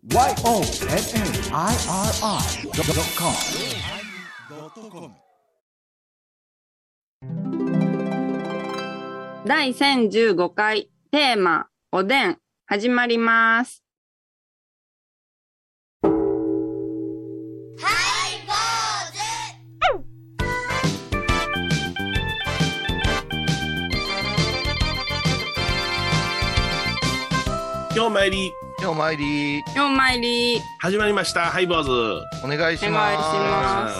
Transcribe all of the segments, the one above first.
YONNIRI.com 第1015回テーマおでん始まります。 今日参りよう参り始まりました。ハイボーズお願いします。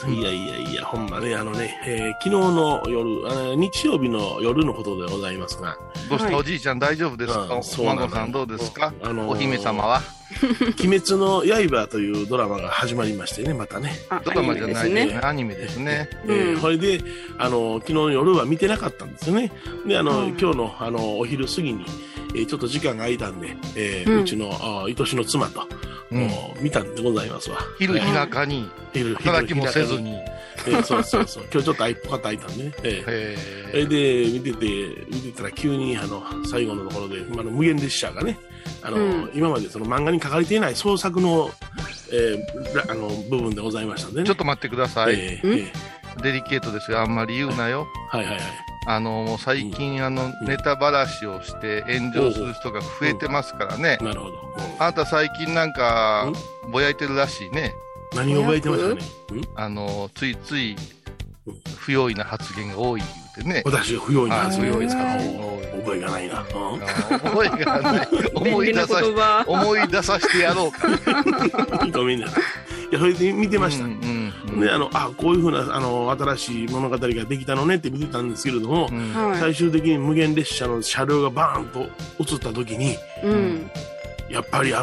いやほんまね昨日の夜日曜日の夜のことでございますが、 どうした、おじいちゃん大丈夫ですか？お孫さんどうですか？お姫様は鬼滅の刃というドラマが始まりましてね、またね。 ドラマじゃないですね、アニメですね。 それで昨日の夜は見てなかったんですよね。で今日のお昼過ぎにちょっと時間が空いたんで、うちの愛しの妻と、見たんでございますわ。 昼日中に働きもせずに、 そう今日ちょっと空いたんでね、で見てたら急に最後のところで無限列車がね、今までその漫画に書かれていない創作の、部分でございましたんでね。 ちょっと待ってください、デリケートですがあんまり言うなよ。もう最近ネタばらしをして炎上する人が増えてますからね。 なるほど。 あなた最近なんかぼやいてるらしいね。 何をぼやいてましたね。 ついつい不用意な発言が多い言うてね。 私不用意な発言ですから覚えがないな。 覚えがない思い出させてやろうか。 ごめんなさい。いや、それで見てました。で、こういうふうな、新しい物語ができたのねって見てたんですけれども、最終的に無限列車の車両がバーンと映った時に、やっぱり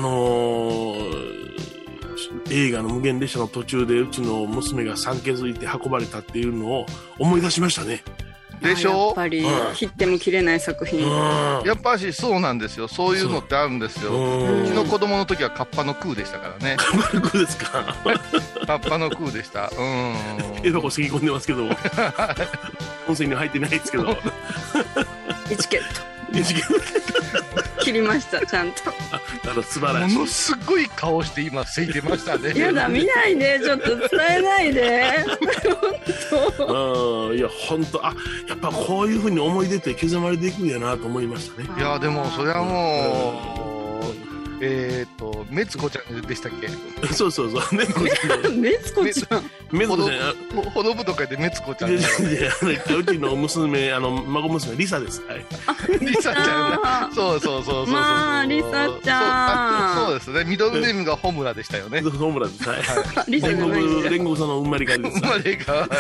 映画の無限列車の途中でうちの娘が産気づいて運ばれたっていうのを思い出しましたね。 でしょ？ やっぱり切っても切れない作品。 やっぱしそうなんですよ。そういうのってあるんですよ。うちの子供の時はカッパの空でしたからね。 カッパの空ですか？ カッパの空でした。 エバコ吸い込んでますけど温泉には入ってないですけどエチケット切りましたちゃんと。 素晴らしい。 ものすごい顔して今ついてましたね。 やだ、見ないで、ちょっと伝えないでいや本当やっぱこういう風に思い出って刻まれていくんやなと思いましたね。 いやでもそれはもうメツコちゃんでしたっけ？ そうメツコちゃん。 メツコちゃん。 ほのぶとかでメツコちゃん。うちの娘孫娘リサです。 リサちゃん。そう。 まあリサちゃん。 そうですね。ミドルネームがホムラでしたよね。 ホムラです。 リサじゃないんだ。 煉獄さんの生まれ変わりです。 生まれ変わ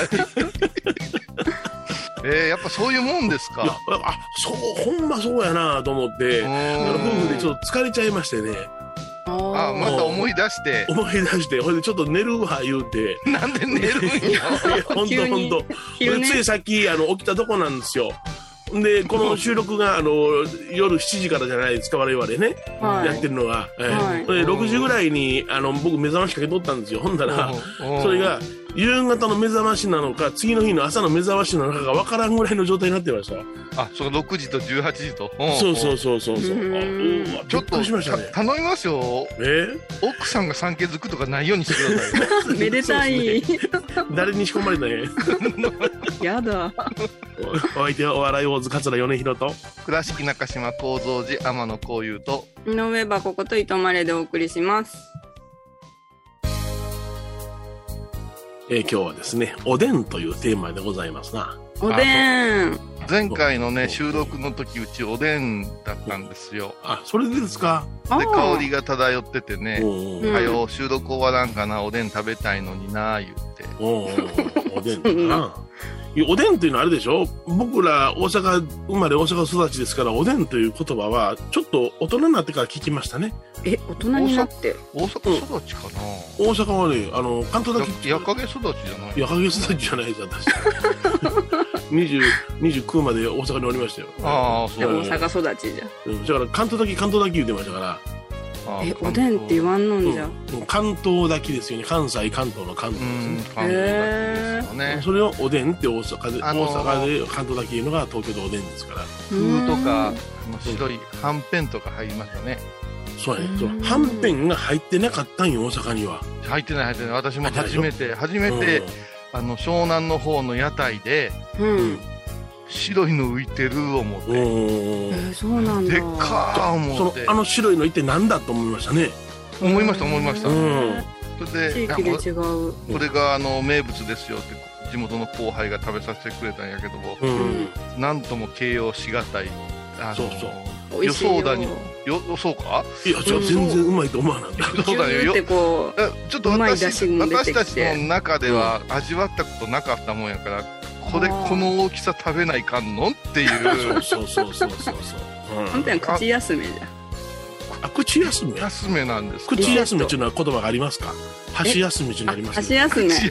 り。やっぱそういうもんですか？ ほんまそうやなと思って夫婦でちょっと疲れちゃいましてね。 また思い出してほいでちょっと寝るわ言うて。 なんで寝るんや。 ほんとついさっき起きたとこなんですよ。でこの収録が夜7時からじゃないですか我々ね、やってるのが、6時ぐらいに僕目覚ましかけとったんですよ。ほんだらそれが夕方の目覚ましなのか次の日の朝の目覚ましなのかが分からんぐらいの状態になってました。 その6時と18時と。 そうちょっとしましたね。 頼みますよ。奥さんが産気づくとかないようにしてください。 めでたい。 誰に仕込まれたね。 やだ。 お相手はお笑い王子桂米宏と倉敷中島幸三寺天野幸雄と井上箱こと伊藤マレでお送りします。 今日はですねおでんというテーマでございますな。 おでん。 前回のね収録の時うちおでんだったんですよ。 それでですか？ で香りが漂っててね、収録終わらんかな、おでん食べたいのにな言って。 おでんかな。おでんっていうのはあれでしょ。僕ら大阪生まれ大阪育ちですから、おでんという言葉はちょっと大人になってから聞きましたね。 大人になって大阪育ちかな。 大阪はね関東だけ矢影育ちじゃない。 矢影育ちじゃないです私。29まで大阪におりましたよ。 そう。大阪育ちじゃ。 だから関東だけ言ってましたから。 おでんって言わんのんじゃ。 関東だけですよね。関西関東の関東ですね。 関東だけですよね。 それをおでんって大阪で関東だけ言うのが東京でおでんですから。 風とか白いはんぺんとか入りましたね。 そうやね。はんぺんが入ってなかったんよ、大阪には。 入ってない。私も初めて、湘南の方の屋台で、白いの浮いてる思って。 そうなんだ。 でっかー思って。 白いの一体何だと思いましたね。 思いました。それで、 地域で違う。 これが名物ですよって、地元の後輩が食べさせてくれたんやけども、なんとも形容しがたい。予想だに、予想か？ いや、全然うまいと思わない。 そうだよ。ちょっと私たちの中では味わったことなかったもんやから、この大きさ食べないかんのっていう。 そう。 本当に口休めじゃん。 口休め？ 休めなんです。 口休めっていうのは言葉がありますか？箸休めってなります。 箸休め。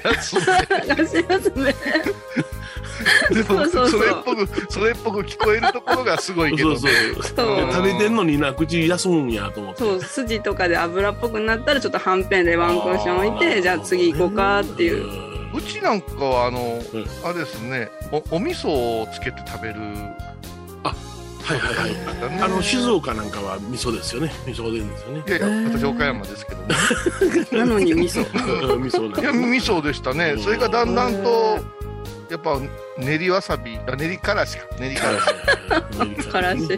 でもそれっぽく聞こえるところがすごいけど、 そう食べてんのにな口休むんやと思って。 そう、筋とかで油っぽくなったらちょっとはんぺんでワンクッション置いて、じゃあ次行こうかっていう。 うちなんかはあれですね、お味噌をつけて食べる。 はい。静岡なんかは味噌ですよね。味噌おでんですよね。 いや私岡山ですけどね。 なのに味噌。 いや味噌でしたね。それがだんだんとやっぱ練りわさび、練りからしか。練りからし。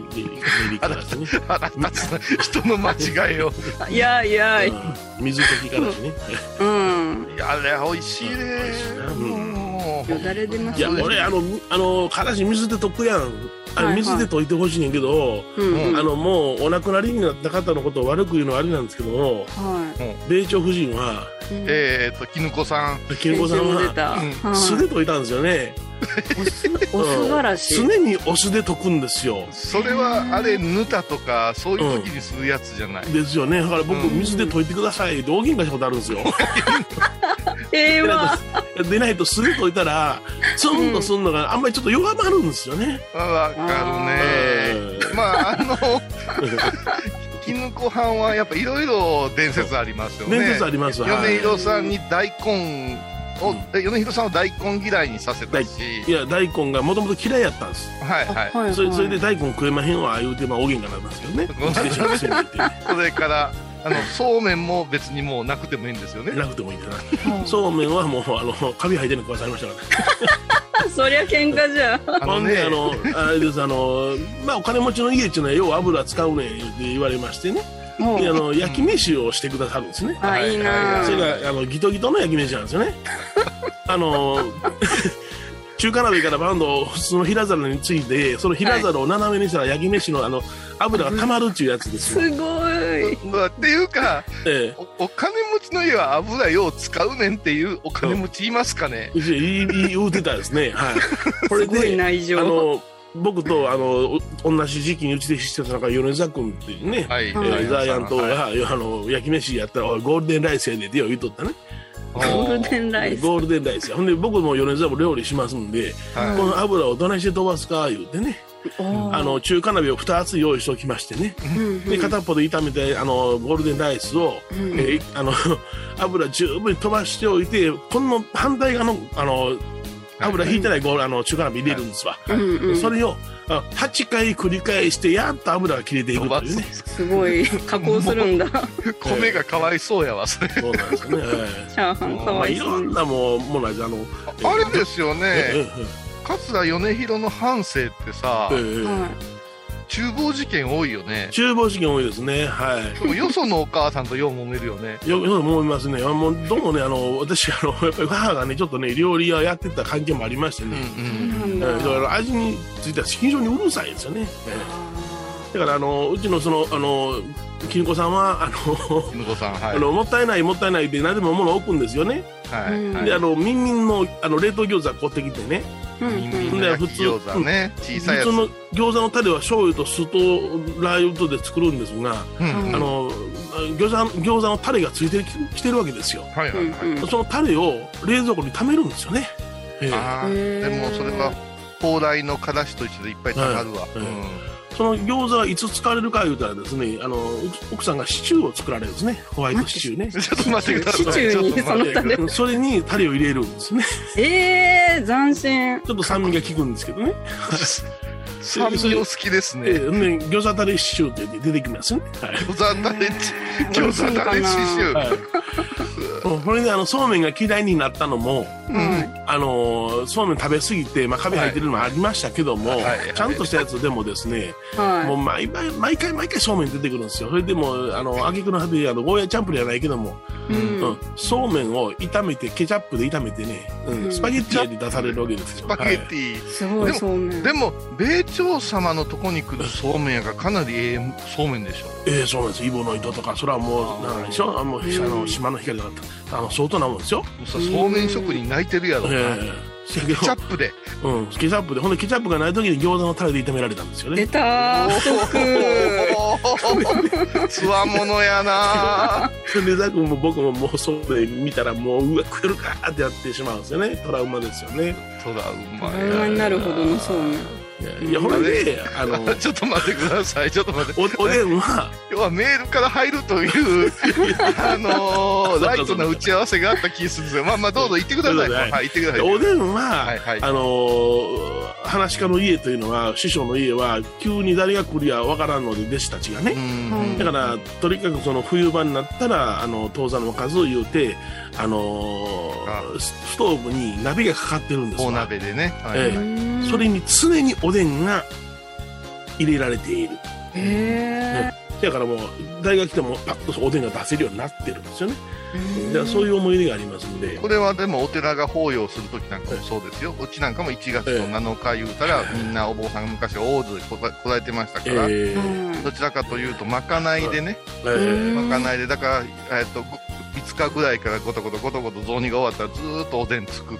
人の間違いを。 いや。 水溶きからしね。 いや、あれ美味しいね。 誰でも。 いや、俺からし水で溶くやん。水で溶いてほしいねんけど、もうお亡くなりになった方のことを悪く言うのはあれなんですけども、米朝夫人は、 絹子さんは酢で溶いたんですよね。 お酢からし。 常にお酢で溶くんですよ。 それはあれぬたとかそういう時にするやつじゃない。 ですよね。だから僕水で溶いてくださいって大喧嘩したことあるんですよ。でないと酢で溶いたらツンとするのがあんまりちょっと弱まるんですよね。 わかるね。まあ絹子藩はやっぱいろいろ伝説ありますよね。 伝説あります。 米広さんに大根を米広さんを大根嫌いにさせたし、 いや大根がもともと嫌いやったんです。それで大根食えまへんわ言うて大喧嘩になりますよね。 それからそうめんも別にもうなくてもいいんですよね。 なくてもいいんだな。そうめんはもうカビ生えてるの食わされましたから。 そりゃ喧嘩じゃん。 ほんであれですお金持ちの家っていうのはよう油使うねんって言われましてね。焼き飯をしてくださるんですね。 いいな。 それがギトギトの焼き飯なんですよね。中華鍋からバンドその平皿についてその平皿を斜めにしたら焼き飯の油がたまるっていうやつですよ。 すごい。 っていうか、お金持ちの家は油よう使うねんっていうお金持ちいますかね。 言うてたですね。はい。これで僕と同じ時期にうちで知ってた米沢君っていうね、ザーヤントが焼き飯やったらゴールデンライスやでって言うとったね。 ゴールデンライスや。ほんで僕も米沢も料理しますんで、この油をどないして飛ばすか言うてね、中華鍋を2つ用意しておきましてね、で片っぽで炒めてゴールデンライスを油十分に飛ばしておいて、この反対側の油引いてない中華鍋入れるんですわ。それを8回繰り返してやっと油が切れていくというね。 すごい加工するんだ。 米がかわいそうやわそれ。 そうなんですよね。 チャーハンかわいそう。 いろんなものあれですよね。桂米広の半生ってさ、厨房事件多いよね。 厨房事件多いですね。はい。 でもよそのお母さんとよう揉めるよね。 よく揉めますね。もうどうもね私やっぱり母がねちょっとね料理屋やってた関係もありましてね。だから味については非常にうるさいですよね。だからうちの絹子さんはもったいないって何でも物を置くんですよね。でミンミンの冷凍餃子買ってきてね。 普通の餃子のタレは醤油と酢とラー油とで作るんですが、餃子のタレがついてきてるわけですよ。そのタレを冷蔵庫に溜めるんですよね。 でもそれは蓬莱のからしと一緒でいっぱい溜まるわ。 その餃子はいつ使われるか言うたらですね、奥さんがシチューを作られるんですね。ホワイトシチューね。 ちょっと待ってください。 シチューにそのタレ。 それにタレを入れるんですね。 斬新。 ちょっと酸味が効くんですけどね。 酸味お好きですね。 餃子タレシチューって出てきますね。 餃子タレシチュー。 これでそうめんが嫌いになったのも、そうめん食べ過ぎて、カビ生えてるのもありましたけども、ちゃんとしたやつでもですね、もう毎回そうめん出てくるんですよ。それでも挙句の果てゴーヤチャンプルじゃないけども、そうめんを炒めてケチャップで炒めてね、スパゲッティで出されるわけですよ。 スパゲッティ、 すごいそうめん。 でも米朝様のとこに来るそうめんやがかなりそうめんでしょ。 そうなんです。イボの糸とか、それはもうなんでしょ、もう島の光だった相当なもんですよ。 そうめん職人泣いてるやろな。ケチャップで。 ケチャップで。ほんでケチャップがない時に餃子のタレで炒められたんですよね。 出たー。 つわものやな。 それでザクも僕ももうそうめん見たらもううわ食えるかってやってしまうんですよね。トラウマですよね。 トラウマになるほどのそうめん。 いやほらね、 ちょっと待ってください。ちょっと待って。 おでんは要はメールから入るというライトな打ち合わせがあった気するんですよ。どうぞ言ってください。はい、言ってください。 おでんは話し家の家というのは、師匠の家は急に誰が来るやわからんので、弟子たちがね。だからとにかくその冬場になったら当座の数を言うてストーブに鍋がかかってるんですよ。 大鍋でね。 それに常におでんが入れられている。だからもう大学来てもパッとおでんが出せるようになってるんですよね。だからそういう思い出がありますんで。 これはでもお寺が法要するときなんかもそうですよ。うちなんかも1月の7日言うたら、みんなお坊さんが昔大津で来られてましたから、どちらかというとまかないでね、まかないで、だから5日ぐらいからごとごと雑煮が終わったらずーっとおでん作って、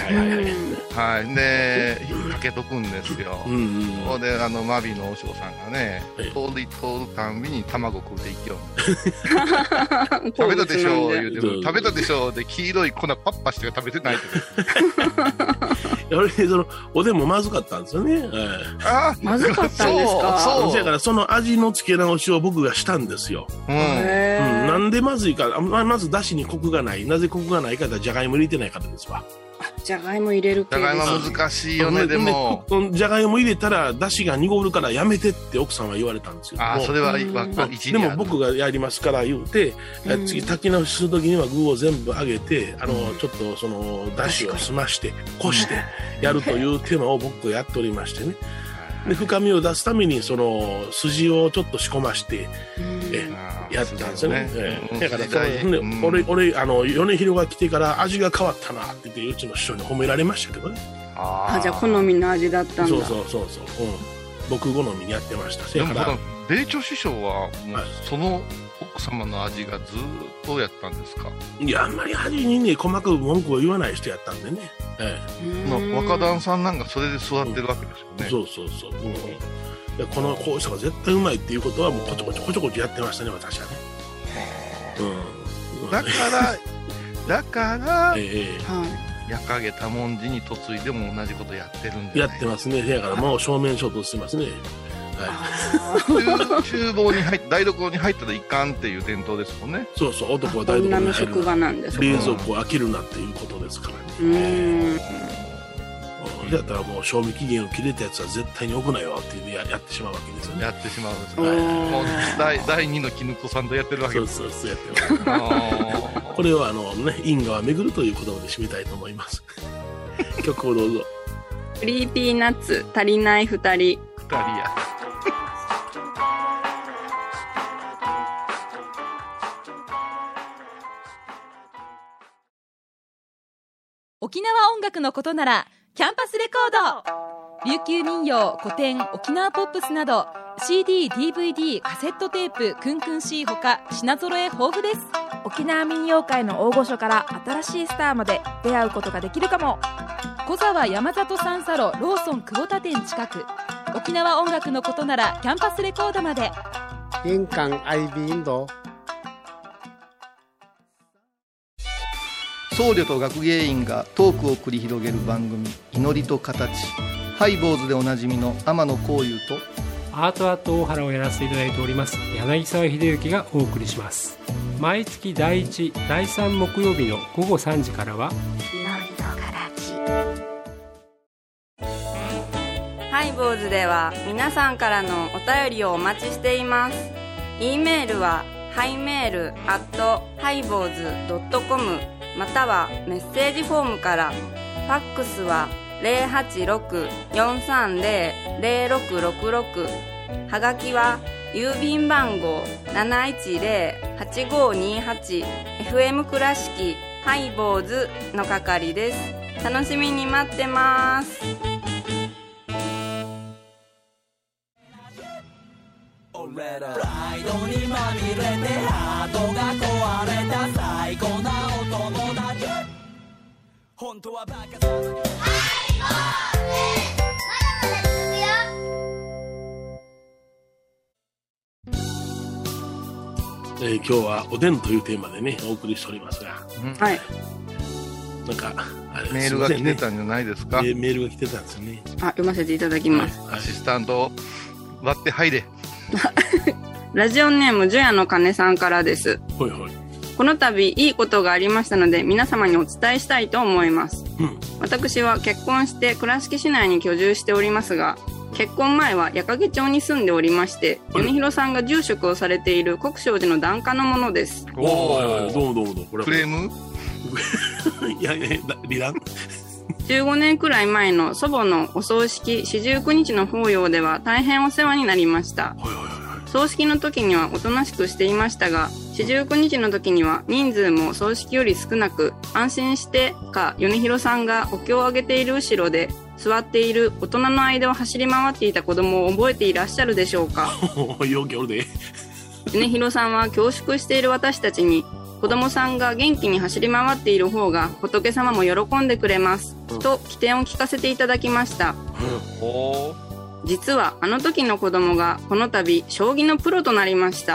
でかけとくんですよ。でマビの和尚さんがね、通るたんびに卵食うていきよう。食べたでしょ言うても、食べたでしょで黄色い粉パッパして食べてないって。 俺おでんもまずかったんですよね。 まずかったんですか。 そうだからその味の付け直しを僕がしたんですよ。なんでまずいか、まずだしにコクがない。なぜコクがないかってじゃがいも入れてないからですわ。 じゃがいも入れるけど。 じゃがいも難しいよね。でもじゃがいも入れたらだしが濁るからやめてって奥さんは言われたんですよ。 それはでも僕がやりますから言うて、次炊き直しする時には具を全部揚げて、ちょっとそのだしを済ましてこしてやるという手間を僕がやっておりましてね。で深みを出すためにその筋をちょっと仕込ましてやったんですよね。だから俺米広が来てから味が変わったなって言ってうちの師匠に褒められましたけどね。 じゃあ好みの味だったんだ。 そう、僕好みにやってました。 でも米朝師匠はもうその奥様の味がずっとやったんですか。 いやあんまり味にね細かく文句を言わない人やったんでね。 若旦さんなんかそれで育ってるわけですよね。そう、 このこうしたが絶対うまいっていうことはもうこちょこちやってましたね、私はね。 だから焼かげたもんじに嫁いでも同じことやってるんで、 やってますね。だからもう正面衝突してますね。 厨房に入って台所に入ったらいかんっていう伝統ですもんね。 そう、男は台所に入るな、 冷蔵庫を開けるなっていうことですからね。だったらもう賞味期限を切れたやつは絶対に置くなよってやってしまうわけですよね。 やってしまうんですね。もう第2の絹子さんとやってるわけです。 そうやってます。これは因果は巡るという言葉で締めたいと思います。曲をどうぞ。 クリーピーナッツ足りない2人や。 沖縄音楽のことならキャンパスレコード。琉球民謡、古典、沖縄ポップスなど CD、DVD、カセットテープ、クンクン C ほか品揃え豊富です。 沖縄民謡界の大御所から新しいスターまで出会うことができるかも。 小沢山里三佐路ローソン久保田店近く。沖縄音楽のことならキャンパスレコードまで。 印港 IB インド。 僧侶と学芸員がトークを繰り広げる番組、祈りと形。ハイボーズでおなじみの天野幸雄とアートアート大原をやらせていただいております柳沢秀幸がお送りします。毎月第1、第3木曜日の午後3時からは祈りと形。 では皆さんからのお便りをお待ちしています。 E メールはhighmail@highboz.com またはメッセージフォームから。ファックスは 086-430-0666。はがきは郵便番号 710-8528 FM 倉敷ハイボーズの係です。楽しみに待ってます。 プライドにまみれてハートが壊れた最高なお友達。本当はバカさ。はい、もうね、 今日はおでんというテーマでねお送りしておりますが、 はい、 なんかメールが来てたんじゃないですか。 メールが来てたんですよね。 読ませていただきます。 アシスタント割って入れ。 ラジオネームジョヤの鐘さんからです。 はいはい。 この度いいことがありましたので皆様にお伝えしたいと思います。私は結婚して倉敷市内に居住しておりますが、結婚前は矢掛町に住んでおりまして、米広さんが住職をされている国生寺の檀家のものです。 おお、どうもこれクレームいや離檀。 15年くらい前の祖母のお葬式四十九日の法要では大変お世話になりました。葬式の時にはおとなしくしていましたが、四十九日の時には人数も葬式より少なく、安心してか米広さんがお経をあげている後ろで座っている大人の間を走り回っていた子供を覚えていらっしゃるでしょうか。 よくおるで。 米広さんは恐縮している私たちに、子供さんが元気に走り回っている方が仏様も喜んでくれます、と起点を聞かせていただきました。実はあの時の子供がこの度将棋のプロとなりました。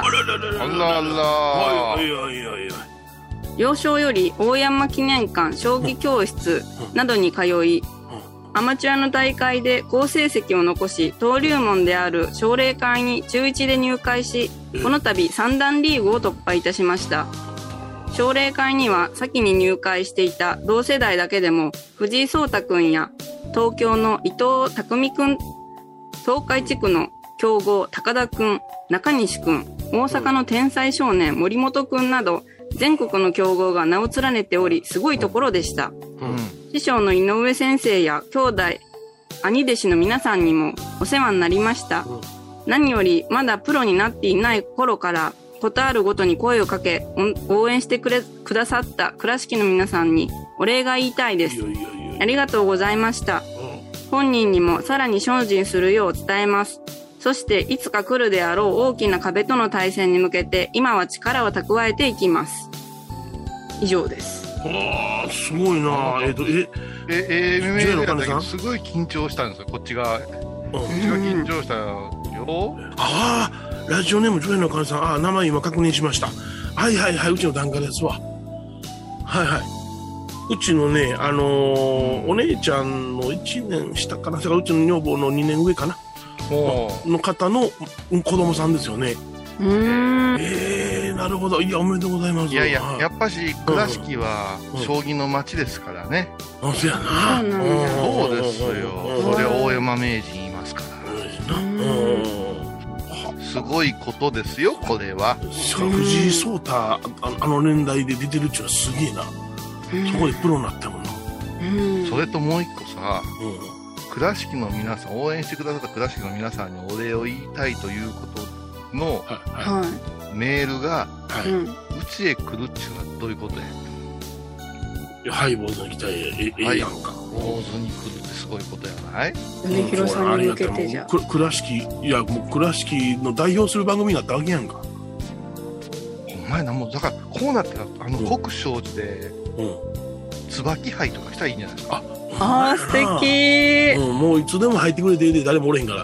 幼少より大山記念館将棋教室などに通い、アマチュアの大会で好成績を残し、登竜門である奨励会に中1で入会し、この度三段リーグを突破いたしました。奨励会には先に入会していた同世代だけでも藤井聡太くんや東京の伊藤匠くん、東海地区の強豪高田くん、中西くん、大阪の天才少年森本くんなど全国の強豪が名を連ねており、すごいところでした。師匠の井上先生や兄弟、兄弟子の皆さんにもお世話になりました。何よりまだプロになっていない頃からことあるごとに声をかけ応援してくださった倉敷の皆さんにお礼が言いたいです。ありがとうございました。本人にもさらに精進するよう伝えます。そしていつか来るであろう大きな壁との対戦に向けて今は力を蓄えていきます。以上です。 すごいな。 すごい緊張したんですよ、こっちが。こっちが緊張したよ。 ラジオネームジョヤのかねさん、名前今確認しました。はい、うちの檀家ですわ。うちのね、お姉ちゃんの1年下かな、それからうちの女房の2年上かなの方の子供さんですよね。なるほど。いや、おめでとうございます。 やっぱし倉敷は将棋の町ですからね。 そうやな。 そうですよ。それ大山名人いますから。すごいことですよ、これは。 藤井聡太、あの年代で出てるっちゅうのはすげえな。そこでプロになったもんな。 それともう一個さ、倉敷の皆さん、応援してくださった倉敷の皆さんにお礼を言いたいということのメールがうちへ来るっちゅうのはどういうことや。 ハイボーズに来たらええやんか。 坊主に来るってすごいことやない。 米広さんに向けてじゃあ倉敷、いやもう倉敷の代表する番組になったわけやんか。 お前な、もうだからこうなったら国生寺で椿杯とかしたらいいんじゃないですか。 素敵。 もういつでも入ってくれて誰もおれへんから。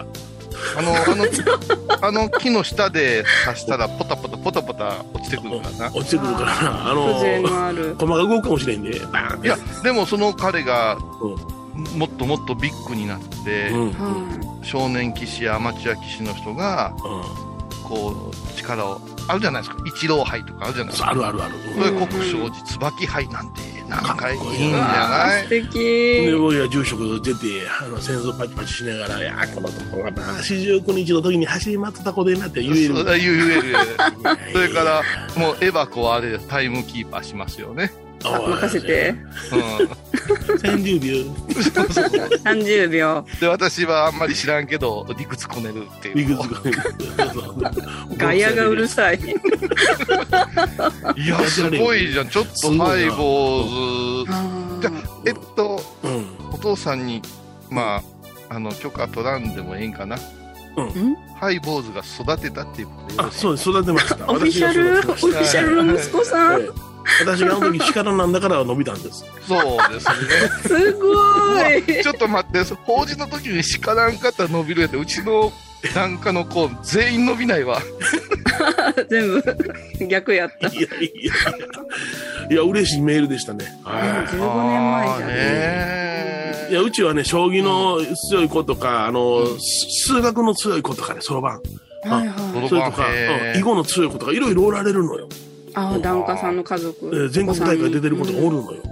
木の下で刺したらポタポタ落ちてくるからな。 落ちてくるからな。 風情のある駒が動くかもしれんで。いやでもその彼がもっともっとビッグになって、少年棋士やアマチュア棋士の人がこう力をあるじゃないですか。一郎杯とかあるじゃないですか。 ある。 それ国生寺椿杯なんてなんかいいんじゃない？ 素敵。 で、僕が住職出て、戦争パチパチしながら、いや、このとこがな、49日の時に走り回ってた子でなって言える。 言える。それから、もうエバコはあれ、タイムキーパーしますよね。 任せて。 30秒。 30秒。 で、私はあんまり知らんけど、理屈こねるっていう。 理屈こねる。 ガヤがうるさい。 いや、すごいじゃん。ちょっとハイボーズ。じゃお父さんに、まあ、許可取らんでもええんかな。ハイボーズが育てたっていうことで。 あ、そうです。育てました。 オフィシャルの息子さん。 私があの時力なんだから伸びたんです。 そうですね。 すごい。 ちょっと待って、法事の時に力んかったら伸びるやつ、うちのなんかの子全員伸びないわ。 全部逆やった。 いや嬉しいメールでしたね。 15年前じゃね。いや、うちはね、将棋の強い子とか、数学の強い子とかね、そろばん。それとか、囲碁の強い子とか、いろいろおられるのよ。 檀家さんの家族。 全国大会出てる子とかおるのよ。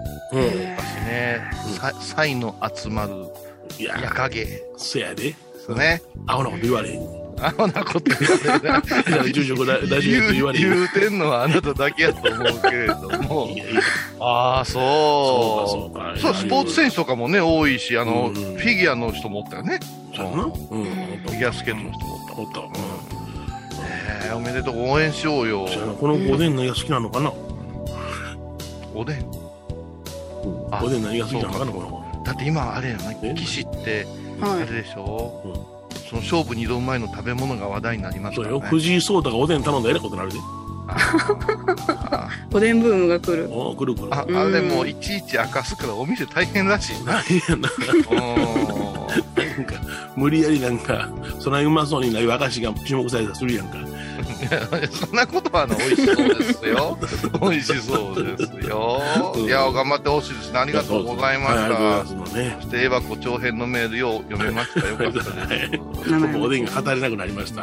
才の集まる矢影。 そやで。 そうね。 アホなこと言われへん。 アホなこと言われへん。 住職大丈夫って言われへん。 言うてんのはあなただけやと思うけれども。ああ、そう。そう、スポーツ選手とかもね、多いし、フィギュアの人もおったよね。 そうな。フィギュアスケートの人もおった。おめでとう、応援しようよ。 このおでん何が好きなのかな？ おでん？ おでん何が好きなのかな、この子。 だって今あれやな、棋士ってあれでしょ、その勝負に挑む前の食べ物が話題になりますからね。 そうよ、藤井聡太がおでん頼んだらえらいことになるで。 おでんブームが来る。 来る。 あれもいちいち明かすからお店大変らしいな。 なんか無理やりなんかそんなうまそうにない和菓子が注目されたりするやんか。 そんなことは美味しそうですよ。美味しそうですよ。いや、頑張ってほしいですね。ありがとうございました。そしてエバコ長編のメールを読めました。よかったです。 おでんが語れなくなりました。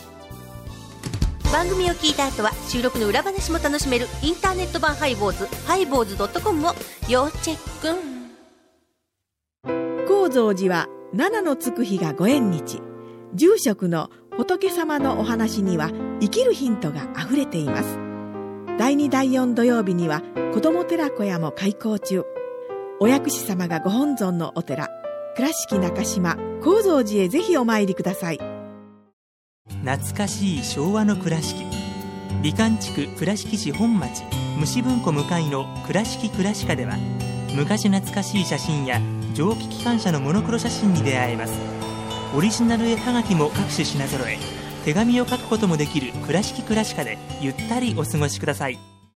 番組を聞いた後は収録の裏話も楽しめるインターネット版ハイボーズ、ハイボーズ.com を要チェック。 高蔵寺は七のつく日がご縁日。住職の仏様のお話には生きるヒントがあふれています。第2第4土曜日には子ども寺小屋も開校中。お薬師様がご本尊のお寺、倉敷中島・高蔵寺へぜひお参りください。 懐かしい昭和の倉敷。美観地区倉敷市本町虫文庫向かいの倉敷倉歯科では、昔懐かしい写真や蒸気機関車のモノクロ写真に出会えます。オリジナル絵はがきも各種品揃え、手紙を書くこともできる倉敷倉歯科でゆったりお過ごしください。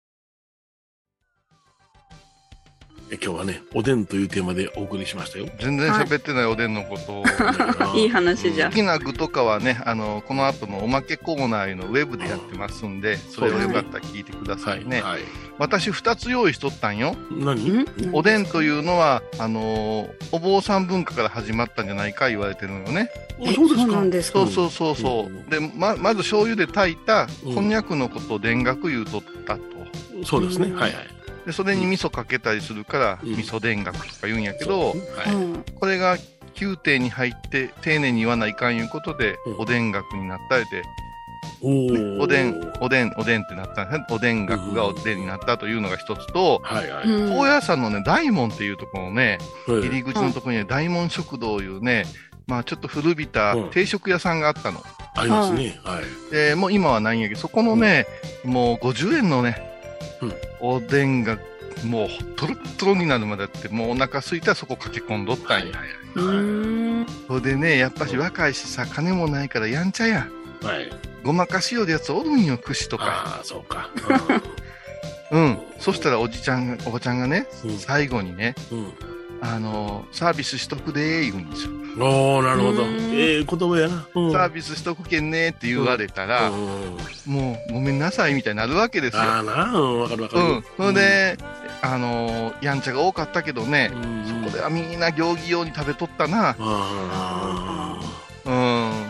今日はね、おでんというテーマでお送りしましたよ。 全然喋ってないおでんのことを。 いい話じゃ。 好きな具とかはね、この後のおまけコーナーのウェブでやってますんで、それをよかったら聞いてくださいね。私2つ用意しとったんよ。 何？ おでんというのは、お坊さん文化から始まったんじゃないか言われてるのよね。 そうなんですか。 そう。で、まず醤油で炊いたこんにゃくのことを田楽言うとったと。 そうですね。はいはい。 でそれに味噌かけたりするから、味噌田楽とか言うんやけど、これが宮廷に入って丁寧に言わないかんいうことで、お田楽になったりで、おでんってなったんですね。お田楽がおでんになったというのが一つと、高野山のね、大門っていうところのね、入り口のところにね、大門食堂いうね、まあちょっと古びた定食屋さんがあったの。 ありますね。はい。 で、もう今はないんやけど、そこのね、もう50円のね、おでんがもうトロットロになるまでやって、もうお腹空いたらそこ駆け込んどったんや。それでね、やっぱし若いしさ、金もないからやんちゃや。ごまかしよるやつおるんよ、串とか。 ああ、そうか。 そしたらおばちゃんがね、最後にね、サービスしとくでー言うんですよ。 おー、なるほど。言葉やな。 サービスしとくけんねーって言われたら、もうごめんなさいみたいになるわけですよ。 ああな、わかる。 それで、やんちゃが多かったけどね、そこではみんな行儀用に食べとったな。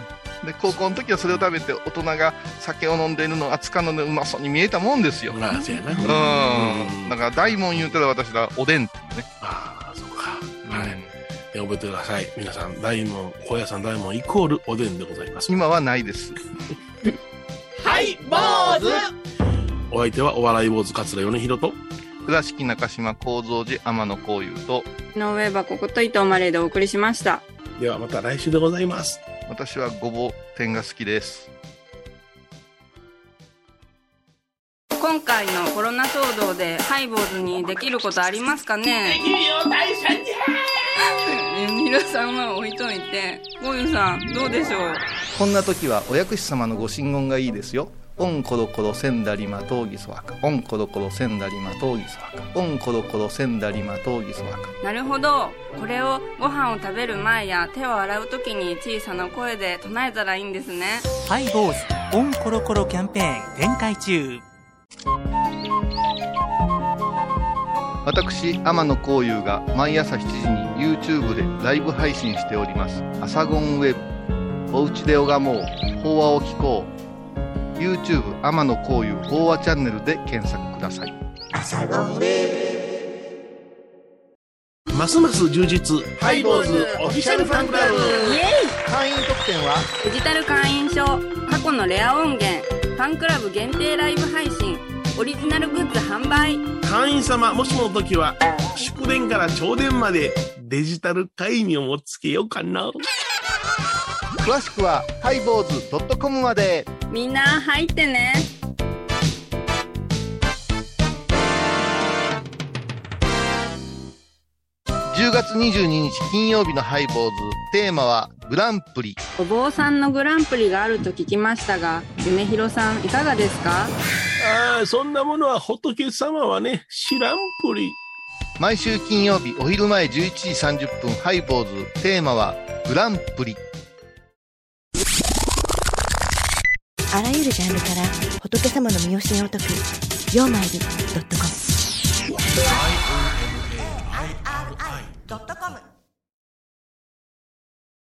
で高校の時はそれを食べて大人が酒を飲んでいるのを扱うのでうまそうに見えたもんですよ。 まあそうやな。 だから大門言うたら私はおでんってね。 ああそうか。はい。覚えてください。皆さん大門、高野山大門イコールおでんでございます。 今はないです。 はい坊主。 お相手はお笑い坊主桂米宏と倉敷中島幸三寺天野幸雄と井上箱こと伊藤マレーでお送りしました。 ではまた来週でございます。 私はごぼう天が好きです。 今回のコロナ騒動でハイボーズにできることありますかね。 できるよ大社じゃ米宏さんは置いといて、幸雄さんどうでしょう。 こんな時はお薬師様のご神言がいいですよ。オンコロコロセンダリマトウギソワカ、オンコロコロセンダリマトウギソワカ、オンコロコロセンダリマトウギソワカ。 なるほど。これをご飯を食べる前や手を洗う時に小さな声で唱えたらいいんですね。 ハイボーズオンコロコロキャンペーン展開中。 私天野幸雄が毎朝7時に YouTube でライブ配信しておりますアサゴンウェブ、おうちで拝もう法話を聞こう、YouTube 天野幸雄法話チャンネルで検索ください。 ますます充実ハイボーズオフィシャルファンクラブ。 イエイ。会員特典はデジタル会員証、過去のレア音源、ファンクラブ限定ライブ配信、オリジナルグッズ販売。 会員様もしもの時は祝電から朝電までデジタル会員をもつけようかな。 詳しくはハイボーズ .com まで。 みんな入ってね。 10月22日金曜日のハイボーズ、テーマはグランプリ。 お坊さんのグランプリがあると聞きましたが、米宏さんいかがですか。 ああ、そんなものは仏様はね知らんぷり。 毎週金曜日お昼前11時30分ハイボーズ、テーマはグランプリ。 あらゆるジャンルから仏様の身教えを解く曜マイル.com。